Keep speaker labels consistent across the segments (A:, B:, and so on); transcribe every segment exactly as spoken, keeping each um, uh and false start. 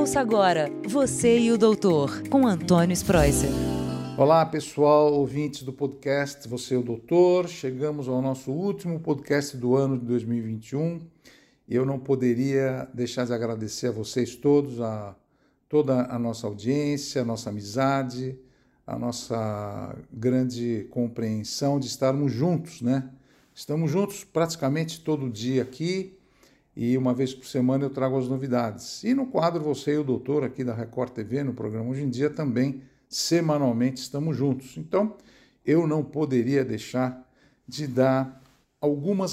A: Ouça agora Você e o Doutor, com Antônio Spreuser.
B: Olá pessoal, ouvintes do podcast Você e o Doutor. Chegamos ao nosso último podcast do ano de dois mil e vinte e um e eu não poderia deixar de agradecer a vocês todos, a toda a nossa audiência, a nossa amizade, a nossa grande compreensão de estarmos juntos, né? Estamos juntos praticamente todo dia aqui e uma vez por semana eu trago as novidades. E no quadro Você e o Doutor aqui da Record T V, no programa Hoje em Dia, também semanalmente estamos juntos. Então, eu não poderia deixar de dar algumas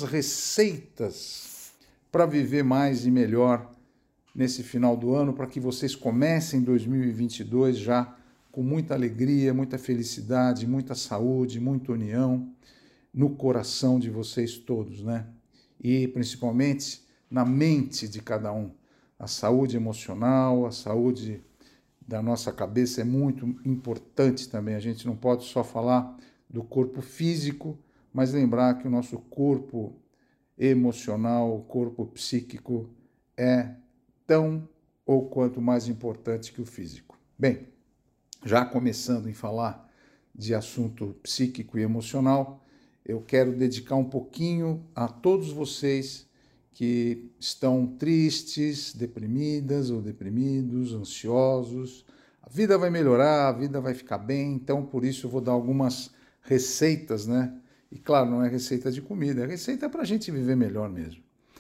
B: receitas para viver mais e melhor nesse final do ano, para que vocês comecem dois mil e vinte e dois já com muita alegria, muita felicidade, muita saúde, muita união no coração de vocês todos, né? E principalmente na mente de cada um. A saúde emocional, a saúde da nossa cabeça é muito importante também. A gente não pode só falar do corpo físico, mas lembrar que o nosso corpo emocional, o corpo psíquico é tão ou quanto mais importante que o físico. Bem, já começando em falar de assunto psíquico e emocional, eu quero dedicar um pouquinho a todos vocês que estão tristes, deprimidas ou deprimidos, ansiosos. A vida vai melhorar, a vida vai ficar bem, então por isso eu vou dar algumas receitas, né? E claro, não é receita de comida, é receita para a gente viver melhor mesmo.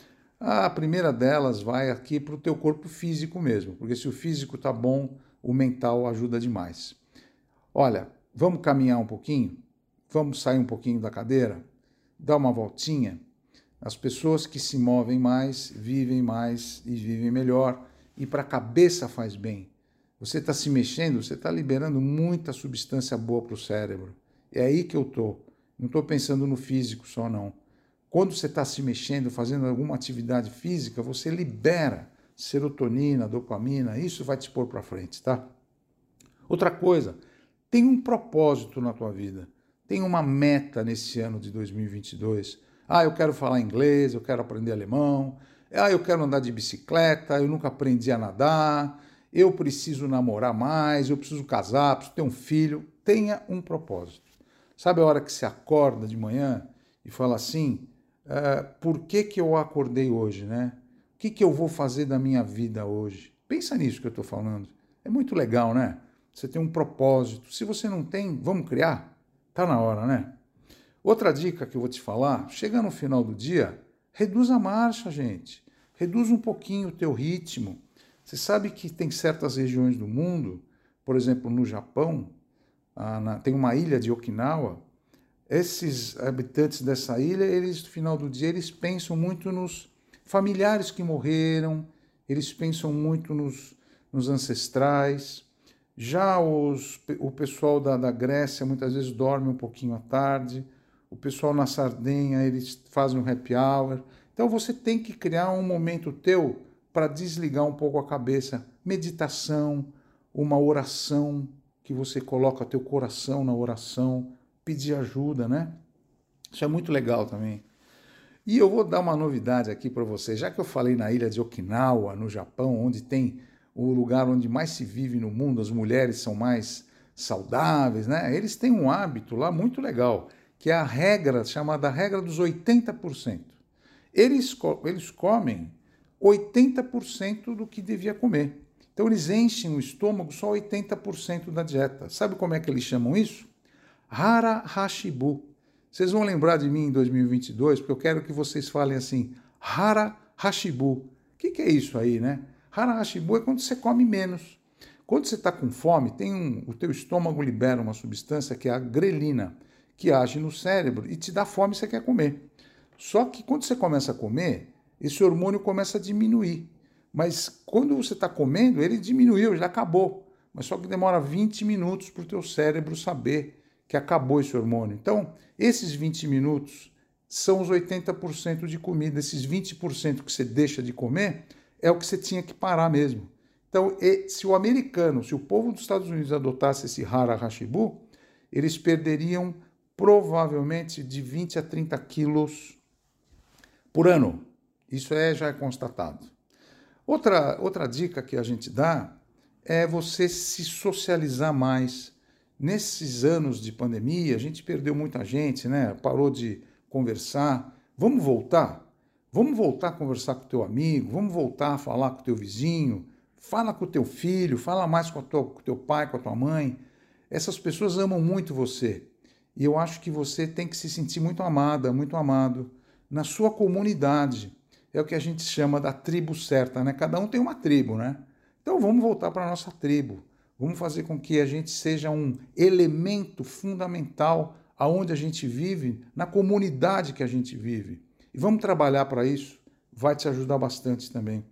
B: A primeira delas vai aqui para o teu corpo físico mesmo, porque se o físico está bom, o mental ajuda demais. Olha, vamos caminhar um pouquinho? Vamos sair um pouquinho da cadeira? Dar uma voltinha? As pessoas que se movem mais, vivem mais e vivem melhor. E para a cabeça faz bem. Você está se mexendo, você está liberando muita substância boa para o cérebro. É aí que eu estou. Não estou pensando no físico só, não. Quando você está se mexendo, fazendo alguma atividade física, você libera serotonina, dopamina. Isso vai te pôr para frente, tá? Outra coisa, tem um propósito na tua vida. Tem uma meta nesse ano de dois mil e vinte e dois. Ah, eu quero falar inglês, eu quero aprender alemão. Ah, eu quero andar de bicicleta, eu nunca aprendi a nadar. Eu preciso namorar mais, eu preciso casar, preciso ter um filho. Tenha um propósito. Sabe a hora que você acorda de manhã e fala assim, uh, por que que eu acordei hoje, né? O que que eu vou fazer da minha vida hoje? Pensa nisso que eu estou falando. É muito legal, né? Você tem um propósito. Se você não tem, vamos criar? Tá na hora, né? Outra dica que eu vou te falar, chega no final do dia, reduz a marcha, gente. Reduz um pouquinho o teu ritmo. Você sabe que tem certas regiões do mundo, por exemplo, no Japão, ah, na, tem uma ilha de Okinawa, esses habitantes dessa ilha, eles, no final do dia, eles pensam muito nos familiares que morreram, eles pensam muito nos, nos ancestrais. Já os, o pessoal da, da Grécia muitas vezes dorme um pouquinho à tarde, o pessoal na Sardenha, eles fazem um happy hour. Então você tem que criar um momento teu para desligar um pouco a cabeça. Meditação, uma oração, que você coloca teu coração na oração, pedir ajuda, né? Isso é muito legal também. E eu vou dar uma novidade aqui para você, já que eu falei na ilha de Okinawa, no Japão, onde tem o lugar onde mais se vive no mundo, as mulheres são mais saudáveis, né? Eles têm um hábito lá muito legal, que é a regra, chamada regra dos oitenta por cento. Eles, eles comem oitenta por cento do que devia comer. Então eles enchem o estômago só oitenta por cento da dieta. Sabe como é que eles chamam isso? Hara Hashibu. Vocês vão lembrar de mim em dois mil e vinte e dois, porque eu quero que vocês falem assim, Hara Hashibu. O que, que é isso aí, né? Hara Hashibu é quando você come menos. Quando você está com fome, tem um, o teu estômago libera uma substância que é a grelina, que age no cérebro e te dá fome e você quer comer. Só que quando você começa a comer, esse hormônio começa a diminuir. Mas quando você está comendo, ele diminuiu, já acabou. Mas só que demora vinte minutos para o teu cérebro saber que acabou esse hormônio. Então, esses vinte minutos são os oitenta por cento de comida. Esses vinte por cento que você deixa de comer é o que você tinha que parar mesmo. Então, se o americano, se o povo dos Estados Unidos adotasse esse Hara Hashibu, eles perderiam provavelmente de vinte a trinta quilos por ano. Isso é, já é constatado. Outra, outra dica que a gente dá é você se socializar mais. Nesses anos de pandemia, a gente perdeu muita gente, né? Parou de conversar. Vamos voltar? Vamos voltar a conversar com o teu amigo, vamos voltar a falar com o teu vizinho, fala com o teu filho, fala mais com, a tua, com o teu pai, com a tua mãe. Essas pessoas amam muito você. E eu acho que você tem que se sentir muito amada, muito amado na sua comunidade. É o que a gente chama da tribo certa, né? Cada um tem uma tribo, né? Então vamos voltar para a nossa tribo. Vamos fazer com que a gente seja um elemento fundamental aonde a gente vive, na comunidade que a gente vive. E vamos trabalhar para isso. Vai te ajudar bastante também.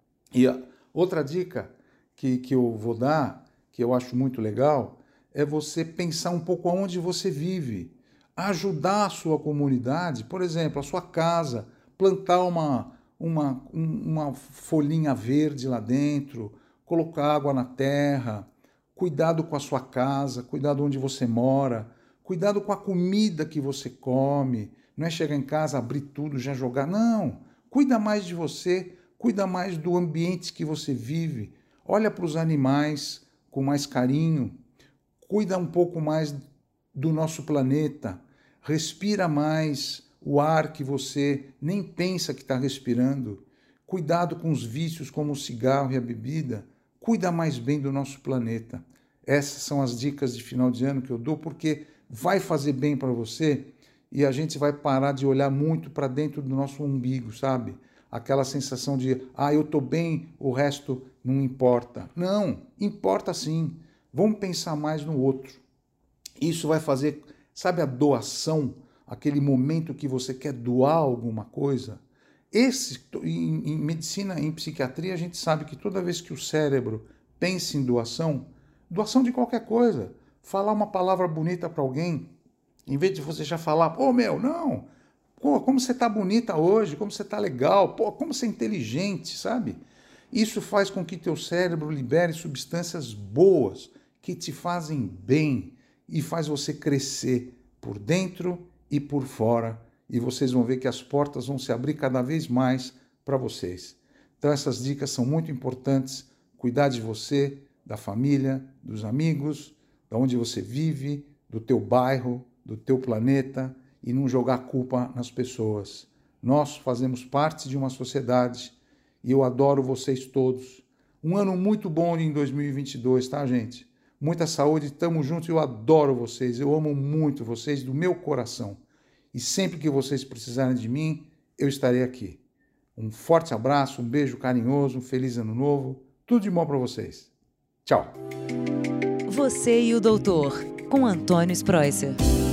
B: E a outra dica que, que eu vou dar, que eu acho muito legal, é você pensar um pouco aonde você vive. Ajudar a sua comunidade, por exemplo, a sua casa, plantar uma, uma, uma folhinha verde lá dentro, colocar água na terra, cuidado com a sua casa, cuidado onde você mora, cuidado com a comida que você come, não é chegar em casa, abrir tudo, já jogar, não, cuida mais de você, cuida mais do ambiente que você vive, olha para os animais com mais carinho, cuida um pouco mais do nosso planeta, respira mais o ar que você nem pensa que está respirando, cuidado com os vícios como o cigarro e a bebida, cuida mais bem do nosso planeta. Essas são as dicas de final de ano que eu dou, porque vai fazer bem para você e a gente vai parar de olhar muito para dentro do nosso umbigo, sabe? Aquela sensação de, ah, eu estou bem, o resto não importa. Não, importa sim. Vamos pensar mais no outro. Isso vai fazer, sabe a doação, aquele momento que você quer doar alguma coisa? Esse, em, em medicina, em psiquiatria, a gente sabe que toda vez que o cérebro pensa em doação, doação de qualquer coisa, falar uma palavra bonita para alguém, em vez de você já falar, pô, meu, não, pô, como você está bonita hoje, como você está legal, pô, como você é inteligente, sabe? Isso faz com que teu cérebro libere substâncias boas, que te fazem bem e faz você crescer por dentro e por fora. E vocês vão ver que as portas vão se abrir cada vez mais para vocês. Então essas dicas são muito importantes. Cuidar de você, da família, dos amigos, de onde você vive, do teu bairro, do teu planeta e não jogar culpa nas pessoas. Nós fazemos parte de uma sociedade e eu adoro vocês todos. Um ano muito bom em dois mil e vinte e dois, tá, gente? Muita saúde, tamo juntos, eu adoro vocês, eu amo muito vocês do meu coração. E sempre que vocês precisarem de mim, eu estarei aqui. Um forte abraço, um beijo carinhoso, um feliz ano novo, tudo de bom para vocês. Tchau.
A: Você e o Doutor, com Antônio Spreuser.